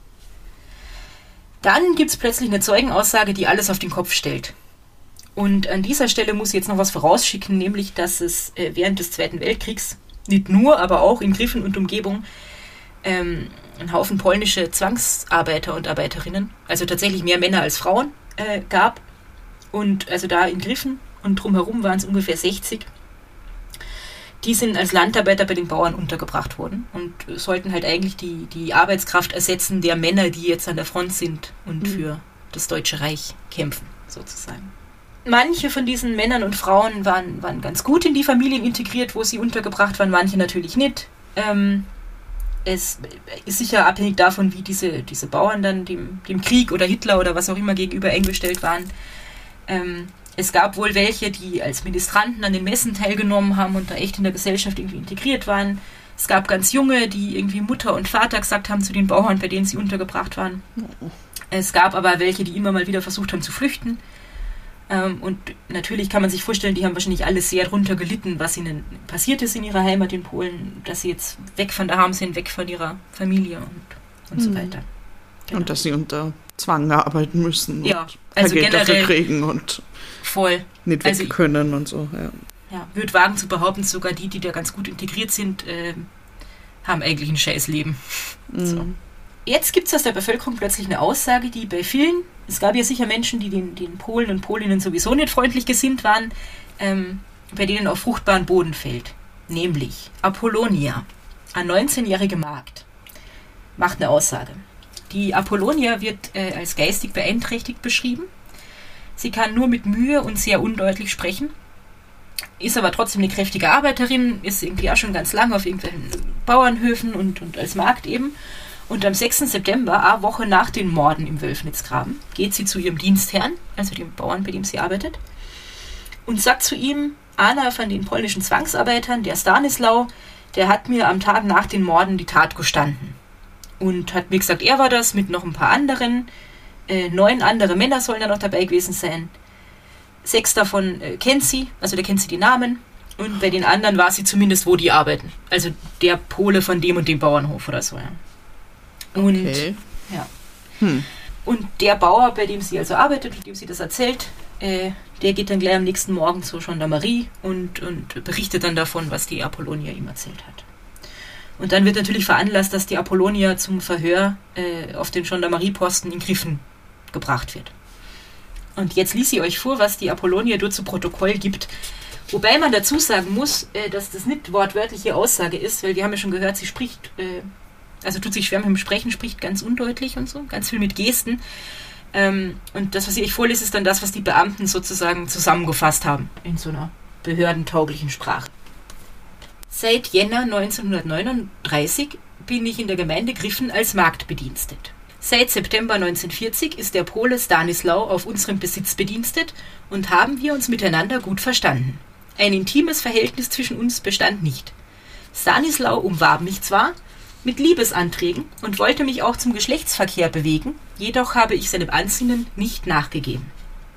S3: gibt es plötzlich eine Zeugenaussage, die alles auf den Kopf stellt. Und an dieser Stelle muss ich jetzt noch was vorausschicken, nämlich, dass es während des Zweiten Weltkriegs nicht nur, aber auch in Griffen und Umgebung einen Haufen polnische Zwangsarbeiter und Arbeiterinnen, also tatsächlich mehr Männer als Frauen, gab. Und also da in Griffen und drumherum waren es ungefähr 60. Die sind als Landarbeiter bei den Bauern untergebracht worden und sollten halt eigentlich die Arbeitskraft ersetzen der Männer, die jetzt an der Front sind und für das Deutsche Reich kämpfen, sozusagen. Manche von diesen Männern und Frauen waren ganz gut in die Familien integriert, wo sie untergebracht waren, manche natürlich nicht. Es ist sicher abhängig davon, wie diese Bauern dann dem Krieg oder Hitler oder was auch immer gegenüber eingestellt waren. Es gab wohl welche, die als Ministranten an den Messen teilgenommen haben und da echt in der Gesellschaft irgendwie integriert waren. Es gab ganz Junge, die irgendwie Mutter und Vater gesagt haben zu den Bauern, bei denen sie untergebracht waren. Es gab aber welche, die immer mal wieder versucht haben zu flüchten. Und natürlich kann man sich vorstellen, die haben wahrscheinlich alle sehr drunter gelitten, was ihnen passiert ist in ihrer Heimat in Polen, dass sie jetzt weg von daheim sind, weg von ihrer Familie und so weiter. Genau.
S1: Und dass sie unter Zwang arbeiten müssen
S3: ja,
S1: und
S3: also
S1: Geld
S3: generell
S1: dafür kriegen und
S3: voll
S1: nicht weg können und so.
S3: Ja, würde wagen zu behaupten, sogar die da ganz gut integriert sind, haben eigentlich ein scheiß Leben. So. Jetzt gibt es aus der Bevölkerung plötzlich eine Aussage, die bei vielen, es gab ja sicher Menschen, die den Polen und Polinnen sowieso nicht freundlich gesinnt waren, bei denen auf fruchtbaren Boden fällt. Nämlich Apollonia, eine 19-jährige Magd, macht eine Aussage. Die Apollonia wird als geistig beeinträchtigt beschrieben. Sie kann nur mit Mühe und sehr undeutlich sprechen. ist aber trotzdem eine kräftige Arbeiterin, ist irgendwie auch schon ganz lange auf irgendwelchen Bauernhöfen und als Magd eben. Und am 6. September, eine Woche nach den Morden im Wölfnitzgraben, geht sie zu ihrem Dienstherrn, also dem Bauern, bei dem sie arbeitet, und sagt zu ihm, einer von den polnischen Zwangsarbeitern, der Stanislau, der hat mir am Tag nach den Morden die Tat gestanden. Und hat mir gesagt, er war das mit noch ein paar anderen. 9 andere Männer sollen da noch dabei gewesen sein. 6 davon kennt sie, also da kennt sie die Namen. Und bei den anderen war sie zumindest, wo die arbeiten. Also der Pole von dem und dem Bauernhof oder so. Ja. Und,
S1: Okay.
S3: ja. Und der Bauer, bei dem sie also arbeitet, mit dem sie das erzählt, der geht dann gleich am nächsten Morgen zur Gendarmerie und berichtet dann davon, was die Apollonia ihm erzählt hat. Und dann wird natürlich veranlasst, dass die Apollonia zum Verhör auf den Gendarmerieposten in Griffen gebracht wird. Und jetzt lese ich euch vor, was die Apollonia dort zu Protokoll gibt. Wobei man dazu sagen muss, dass das nicht wortwörtliche Aussage ist, weil wir haben ja schon gehört, sie spricht, also tut sich schwer mit dem Sprechen, spricht ganz undeutlich und so, ganz viel mit Gesten. Und das, was ich euch vorlese, ist dann das, was die Beamten sozusagen zusammengefasst haben in so einer behördentauglichen Sprache. Seit Jänner 1939 bin ich in der Gemeinde Griffen als Magd bedienstet. Seit September 1940 ist der Pole Stanislau auf unserem Besitz bedienstet und haben wir uns miteinander gut verstanden. Ein intimes Verhältnis zwischen uns bestand nicht. Stanislau umwarb mich zwar mit Liebesanträgen und wollte mich auch zum Geschlechtsverkehr bewegen, jedoch habe ich seinem Ansinnen nicht nachgegeben.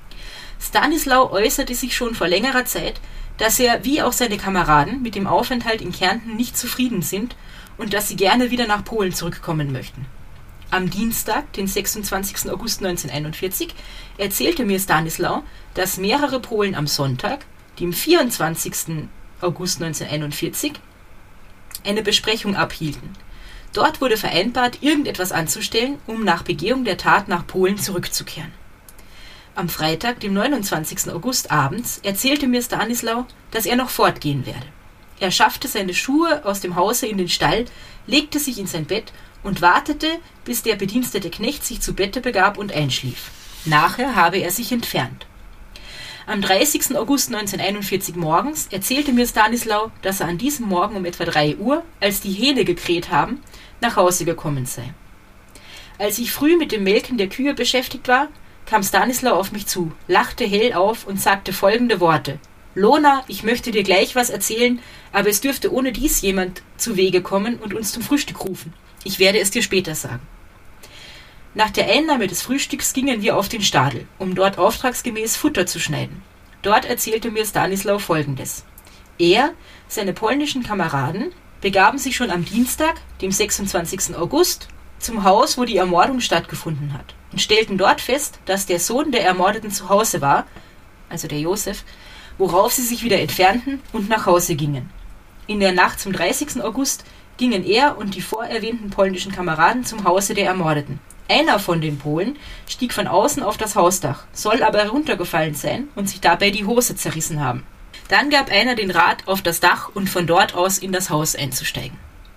S3: Stanislau äußerte sich schon vor längerer Zeit, dass er, wie auch seine Kameraden, mit dem Aufenthalt in Kärnten nicht zufrieden sind und dass sie gerne wieder nach Polen zurückkommen möchten. Am Dienstag, den 26. August 1941, erzählte mir Stanislau, dass mehrere Polen am Sonntag, dem 24. August 1941, eine Besprechung abhielten. Dort wurde vereinbart, irgendetwas anzustellen, um nach Begehung der Tat nach Polen zurückzukehren. Am Freitag, dem 29. August abends, erzählte mir Stanislau, dass er noch fortgehen werde. Er schaffte seine Schuhe aus dem Hause in den Stall, legte sich in sein Bett und wartete, bis der bedienstete Knecht sich zu Bette begab und einschlief. Nachher habe er sich entfernt. Am 30. August 1941 morgens erzählte mir Stanislau, dass er an diesem Morgen um etwa 3 Uhr, als die Hähne gekräht haben, nach Hause gekommen sei. Als ich früh mit dem Melken der Kühe beschäftigt war, kam Stanislau auf mich zu, lachte hell auf und sagte folgende Worte: Lona, ich möchte dir gleich was erzählen, aber es dürfte ohne dies jemand zu Wege kommen und uns zum Frühstück rufen. Ich werde es dir später sagen. Nach der Einnahme des Frühstücks gingen wir auf den Stadel, um dort auftragsgemäß Futter zu schneiden. Dort erzählte mir Stanislau Folgendes. Er, seine polnischen Kameraden, begaben sich schon am Dienstag, dem 26. August, zum Haus, wo die Ermordung stattgefunden hat, und stellten dort fest, dass der Sohn der Ermordeten zu Hause war, also der Josef, worauf sie sich wieder entfernten und nach Hause gingen. In der Nacht zum 30. August gingen er und die vorerwähnten polnischen Kameraden zum Hause der Ermordeten. Einer von den Polen stieg von außen auf das Hausdach, soll aber heruntergefallen sein und sich dabei die Hose zerrissen haben. Dann gab einer den Rat, auf das Dach und von dort aus in das Haus einzusteigen.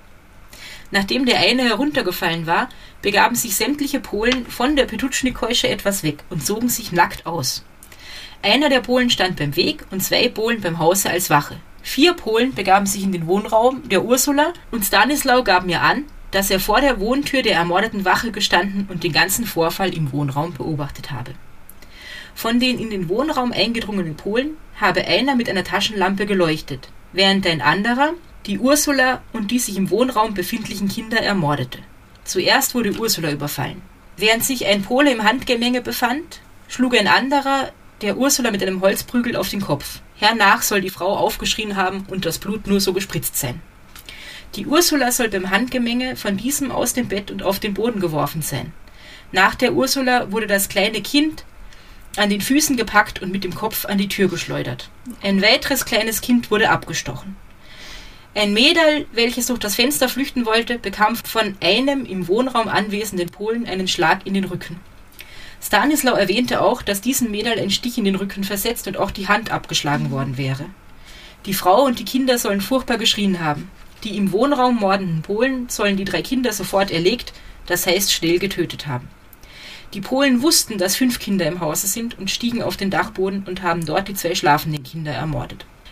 S3: Nachdem der eine heruntergefallen war, begaben sich sämtliche Polen von der Petutschnik-Keusche etwas weg und zogen sich nackt aus. Einer der Polen stand beim Weg und 2 Polen beim Hause als Wache. 4 Polen begaben sich in den Wohnraum der Ursula und Stanislau gab mir an, dass er vor der Wohntür der ermordeten Wache gestanden und den ganzen Vorfall im Wohnraum beobachtet habe. Von den in den Wohnraum eingedrungenen Polen habe einer mit einer Taschenlampe geleuchtet, während ein anderer die Ursula und die sich im Wohnraum befindlichen Kinder ermordete. Zuerst wurde Ursula überfallen. Während sich ein Pole im Handgemenge befand, schlug ein anderer der Ursula mit einem Holzprügel auf den Kopf. Hernach soll die Frau aufgeschrien haben und das Blut nur so gespritzt sein. Die Ursula soll beim Handgemenge von diesem aus dem Bett und auf den Boden geworfen sein. Nach der Ursula wurde das kleine Kind an den Füßen gepackt und mit dem Kopf an die Tür geschleudert. Ein weiteres kleines Kind wurde abgestochen. Ein Mädel, welches durch das Fenster flüchten wollte, bekam von einem im Wohnraum anwesenden Polen einen Schlag in den Rücken. Stanislau erwähnte auch, dass diesem Mädel ein Stich in den Rücken versetzt und auch die Hand abgeschlagen worden wäre. Die Frau und die Kinder sollen furchtbar geschrien haben. Die im Wohnraum mordenden Polen sollen die 3 Kinder sofort erlegt, das heißt schnell getötet haben. Die Polen wussten, dass 5 Kinder im Hause sind und stiegen auf den Dachboden und haben dort die 2 schlafenden Kinder ermordet.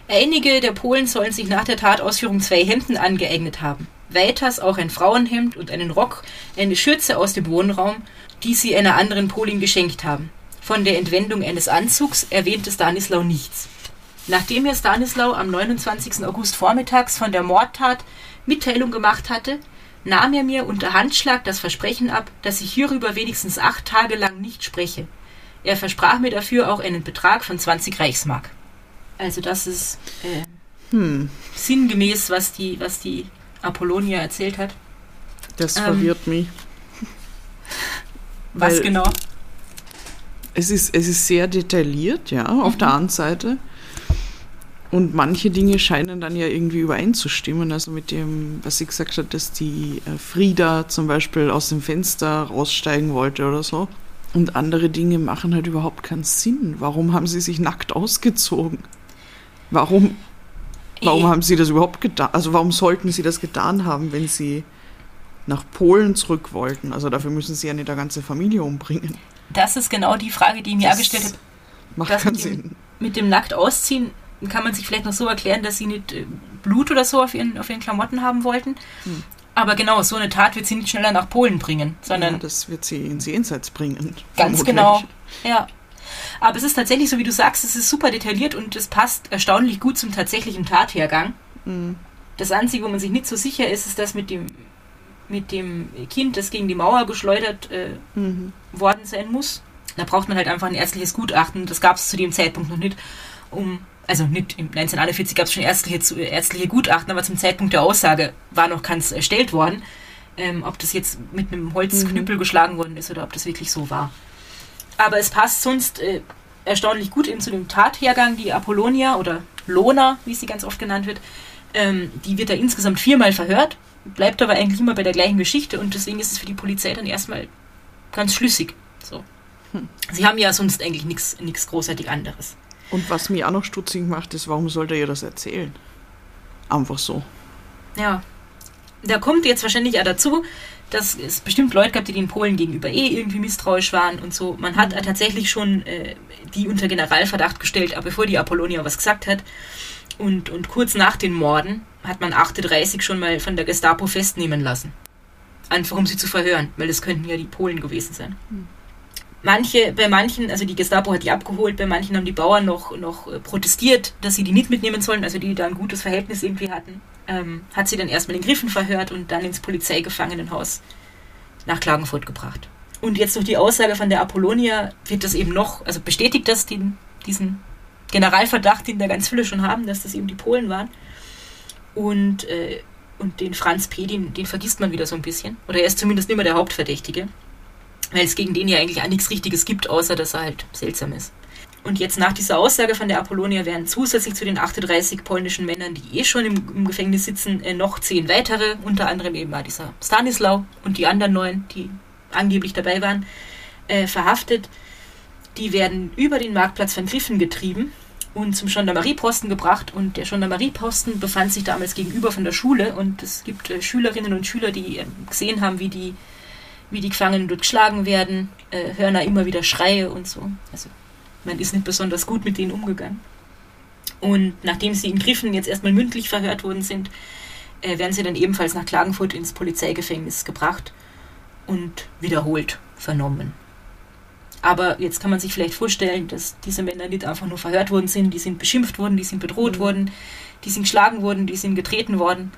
S3: Einige der Polen sollen sich nach der Tatausführung 2 Hemden angeeignet haben. Weiters auch ein Frauenhemd und einen Rock, eine Schürze aus dem Wohnraum, die sie einer anderen Polin geschenkt haben. Von der Entwendung eines Anzugs erwähnte Stanislau nichts. Nachdem mir Stanislau am 29. August vormittags von der Mordtat Mitteilung gemacht hatte, nahm er mir unter Handschlag das Versprechen ab, dass ich hierüber wenigstens 8 Tage lang nicht spreche. Er versprach mir dafür auch einen Betrag von 20 Reichsmark. Also das ist sinngemäß, was die Apollonia erzählt hat.
S1: Das verwirrt mich.
S3: Was
S1: Weil
S3: genau?
S1: Es ist sehr detailliert, ja, auf der einen Seite. Und manche Dinge scheinen dann ja irgendwie übereinzustimmen. Also mit dem, was sie gesagt hat, dass die Frieda zum Beispiel aus dem Fenster raussteigen wollte oder so. Und andere Dinge machen halt überhaupt keinen Sinn. Warum haben sie sich nackt ausgezogen? Warum haben sie das überhaupt getan? Also warum sollten sie das getan haben, wenn sie nach Polen zurück wollten? Also dafür müssen sie ja nicht eine ganze Familie umbringen.
S3: Das ist genau die Frage, die mir gestellt hat.
S1: Macht keinen Sinn.
S3: Mit dem nackt ausziehen kann man sich vielleicht noch so erklären, dass sie nicht Blut oder so auf ihren Klamotten haben wollten. Aber genau, so eine Tat wird sie nicht schneller nach Polen bringen, sondern...
S1: Ja, das wird sie ins Jenseits bringen.
S3: Ganz genau, ja. Aber es ist tatsächlich so, wie du sagst, es ist super detailliert und es passt erstaunlich gut zum tatsächlichen Tathergang. Das Einzige, wo man sich nicht so sicher ist, ist das mit dem Kind, das gegen die Mauer geschleudert worden sein muss. Da braucht man halt einfach ein ärztliches Gutachten. Das gab es zu dem Zeitpunkt noch nicht. Also nicht, im 1941 gab es schon ärztliche Gutachten, aber zum Zeitpunkt der Aussage war noch keins erstellt worden, ob das jetzt mit einem Holzknüppel geschlagen worden ist oder ob das wirklich so war. Aber es passt sonst erstaunlich gut eben zu dem Tathergang. Die Apollonia oder Lona, wie sie ganz oft genannt wird, die wird da insgesamt 4-mal verhört, bleibt aber eigentlich immer bei der gleichen Geschichte und deswegen ist es für die Polizei dann erstmal ganz schlüssig. So. Sie haben ja sonst eigentlich nichts großartig anderes.
S1: Und was mich auch noch stutzig macht, ist, warum sollte ihr das erzählen? Einfach so.
S3: Ja. Da kommt jetzt wahrscheinlich auch dazu, dass es bestimmt Leute gab, die den Polen gegenüber irgendwie misstrauisch waren und so. Man hat tatsächlich schon die unter Generalverdacht gestellt, aber bevor die Apollonia was gesagt hat. Und kurz nach den Morden hat man 38 schon mal von der Gestapo festnehmen lassen. Einfach um sie zu verhören, weil das könnten ja die Polen gewesen sein. Bei manchen, also die Gestapo hat die abgeholt, bei manchen haben die Bauern noch protestiert, dass sie die nicht mitnehmen sollen, also die da ein gutes Verhältnis irgendwie hatten. Hat sie dann erstmal in Griffen verhört und dann ins Polizeigefangenenhaus nach Klagenfurt gebracht. Und jetzt durch die Aussage von der Apollonia wird das eben noch, also bestätigt das diesen Generalverdacht, den da ganz viele schon haben, dass das eben die Polen waren. Und den Franz P., den vergisst man wieder so ein bisschen. Oder er ist zumindest nicht mehr der Hauptverdächtige. Weil es gegen den ja eigentlich auch nichts Richtiges gibt, außer dass er halt seltsam ist. Und jetzt nach dieser Aussage von der Apollonia werden zusätzlich zu den 38 polnischen Männern, die schon im Gefängnis sitzen, noch 10 weitere, unter anderem eben auch dieser Stanislau und die anderen 9, die angeblich dabei waren, verhaftet. Die werden über den Marktplatz von Griffen getrieben und zum Gendarmerieposten gebracht. Und der Gendarmerieposten befand sich damals gegenüber von der Schule. Und es gibt Schülerinnen und Schüler, die gesehen haben, wie die Gefangenen dort geschlagen werden, hören da immer wieder Schreie und so. Also man ist nicht besonders gut mit denen umgegangen. Und nachdem sie in Griffen jetzt erstmal mündlich verhört worden sind, werden sie dann ebenfalls nach Klagenfurt ins Polizeigefängnis gebracht und wiederholt vernommen. Aber jetzt kann man sich vielleicht vorstellen, dass diese Männer nicht einfach nur verhört worden sind, die sind beschimpft worden, die sind bedroht worden, die sind geschlagen worden, die sind getreten worden.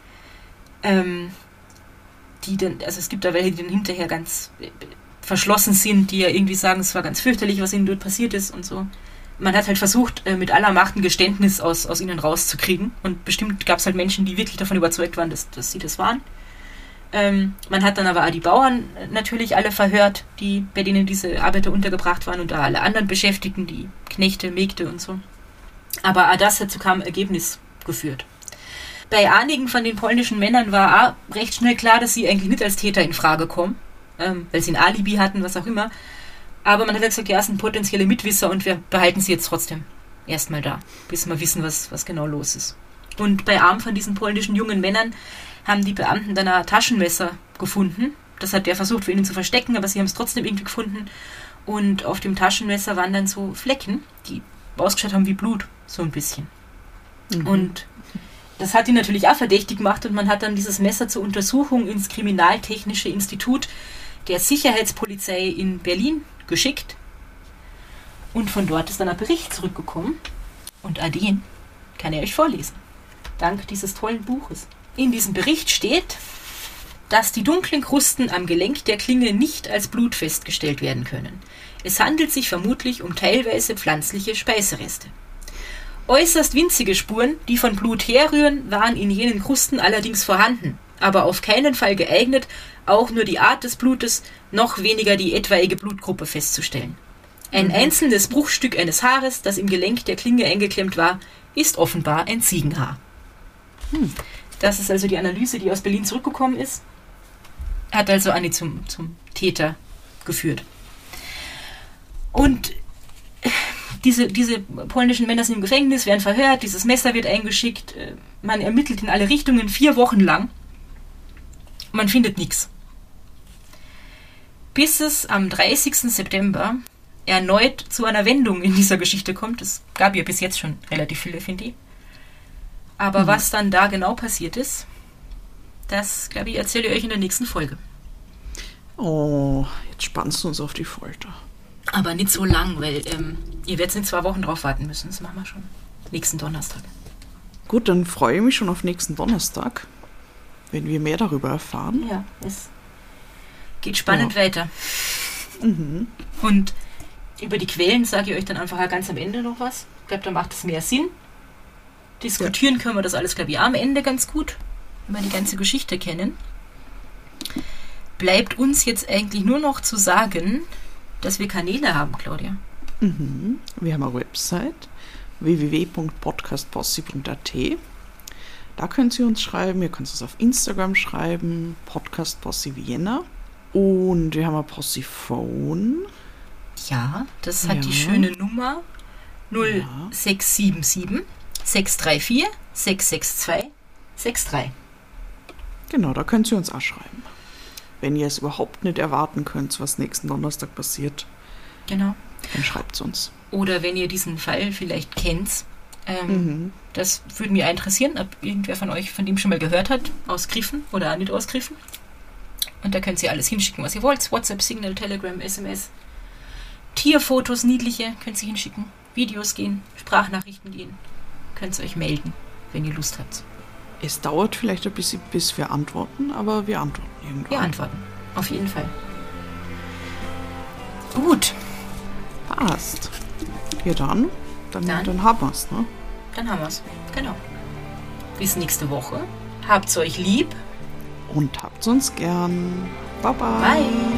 S3: Es gibt da welche, die dann hinterher ganz verschlossen sind, die ja irgendwie sagen, es war ganz fürchterlich, was ihnen dort passiert ist und so. Man hat halt versucht, mit aller Macht ein Geständnis aus ihnen rauszukriegen und bestimmt gab es halt Menschen, die wirklich davon überzeugt waren, dass sie das waren. Man hat dann aber auch die Bauern natürlich alle verhört, bei denen diese Arbeiter untergebracht waren und auch alle anderen Beschäftigten, die Knechte, Mägde und so. Aber auch das hat zu keinem Ergebnis geführt. Bei einigen von den polnischen Männern war auch recht schnell klar, dass sie eigentlich nicht als Täter in Frage kommen, weil sie ein Alibi hatten, was auch immer. Aber man hat gesagt, ja, es sind potenzielle Mitwisser und wir behalten sie jetzt trotzdem erstmal da, bis wir wissen, was genau los ist. Und bei einem von diesen polnischen jungen Männern haben die Beamten dann ein Taschenmesser gefunden. Das hat der versucht, für ihn zu verstecken, aber sie haben es trotzdem irgendwie gefunden. Und auf dem Taschenmesser waren dann so Flecken, die ausgeschaut haben wie Blut, so ein bisschen. Und das hat ihn natürlich auch verdächtig gemacht und man hat dann dieses Messer zur Untersuchung ins Kriminaltechnische Institut der Sicherheitspolizei in Berlin geschickt. Und von dort ist dann ein Bericht zurückgekommen. Und den kann ich euch vorlesen. Dank dieses tollen Buches. In diesem Bericht steht, dass die dunklen Krusten am Gelenk der Klinge nicht als Blut festgestellt werden können. Es handelt sich vermutlich um teilweise pflanzliche Speisereste. Äußerst winzige Spuren, die von Blut herrühren, waren in jenen Krusten allerdings vorhanden, aber auf keinen Fall geeignet, auch nur die Art des Blutes, noch weniger die etwaige Blutgruppe festzustellen. Ein einzelnes Bruchstück eines Haares, das im Gelenk der Klinge eingeklemmt war, ist offenbar ein Ziegenhaar. Das ist also die Analyse, die aus Berlin zurückgekommen ist. Hat also Anni zum Täter geführt. Und diese polnischen Männer sind im Gefängnis, werden verhört, dieses Messer wird eingeschickt, man ermittelt in alle Richtungen 4 Wochen lang. Man findet nichts. Bis es am 30. September erneut zu einer Wendung in dieser Geschichte kommt. Es gab ja bis jetzt schon relativ viele, finde ich. Aber was dann da genau passiert ist, das, glaube ich, erzähle ich euch in der nächsten Folge.
S1: Oh, jetzt spannst du uns auf die Folter.
S3: Aber nicht so lang, weil ihr werdet in 2 Wochen drauf warten müssen. Das machen wir schon. Nächsten Donnerstag.
S1: Gut, dann freue ich mich schon auf nächsten Donnerstag, wenn wir mehr darüber erfahren.
S3: Ja, es geht spannend weiter. Und über die Quellen sage ich euch dann einfach ganz am Ende noch was. Ich glaube, da macht es mehr Sinn. Diskutieren können wir das alles, glaube ich, am Ende ganz gut, wenn wir die ganze Geschichte kennen. Bleibt uns jetzt eigentlich nur noch zu sagen, dass wir Kanäle haben, Claudia.
S1: Wir haben eine Website www.podcastposse.at. Da könnt ihr uns schreiben, ihr könnt es auf Instagram schreiben, Podcast Posse Vienna. Und wir haben ein Posse-Phone.
S3: Ja, das hat die schöne Nummer 0677 634 662 63.
S1: Genau, da könnt ihr uns auch schreiben. Wenn ihr es überhaupt nicht erwarten könnt, was nächsten Donnerstag passiert,
S3: genau,
S1: dann schreibt es uns.
S3: Oder wenn ihr diesen Fall vielleicht kennt, das würde mich interessieren, ob irgendwer von euch von dem schon mal gehört hat, aus Griffen oder auch nicht aus Griffen. Und da könnt ihr alles hinschicken, was ihr wollt. WhatsApp, Signal, Telegram, SMS. Tierfotos, niedliche, könnt ihr hinschicken. Videos gehen, Sprachnachrichten gehen. Könnt ihr euch melden, wenn ihr Lust habt.
S1: Es dauert vielleicht ein bisschen, bis wir antworten, aber wir antworten irgendwann.
S3: Wir antworten, auf jeden Fall. Gut.
S1: Passt. Ja, dann haben wir es, ne?
S3: Dann haben wir es, genau. Bis nächste Woche. Habt's euch lieb.
S1: Und habt's uns gern. Bye, bye.
S3: Bye.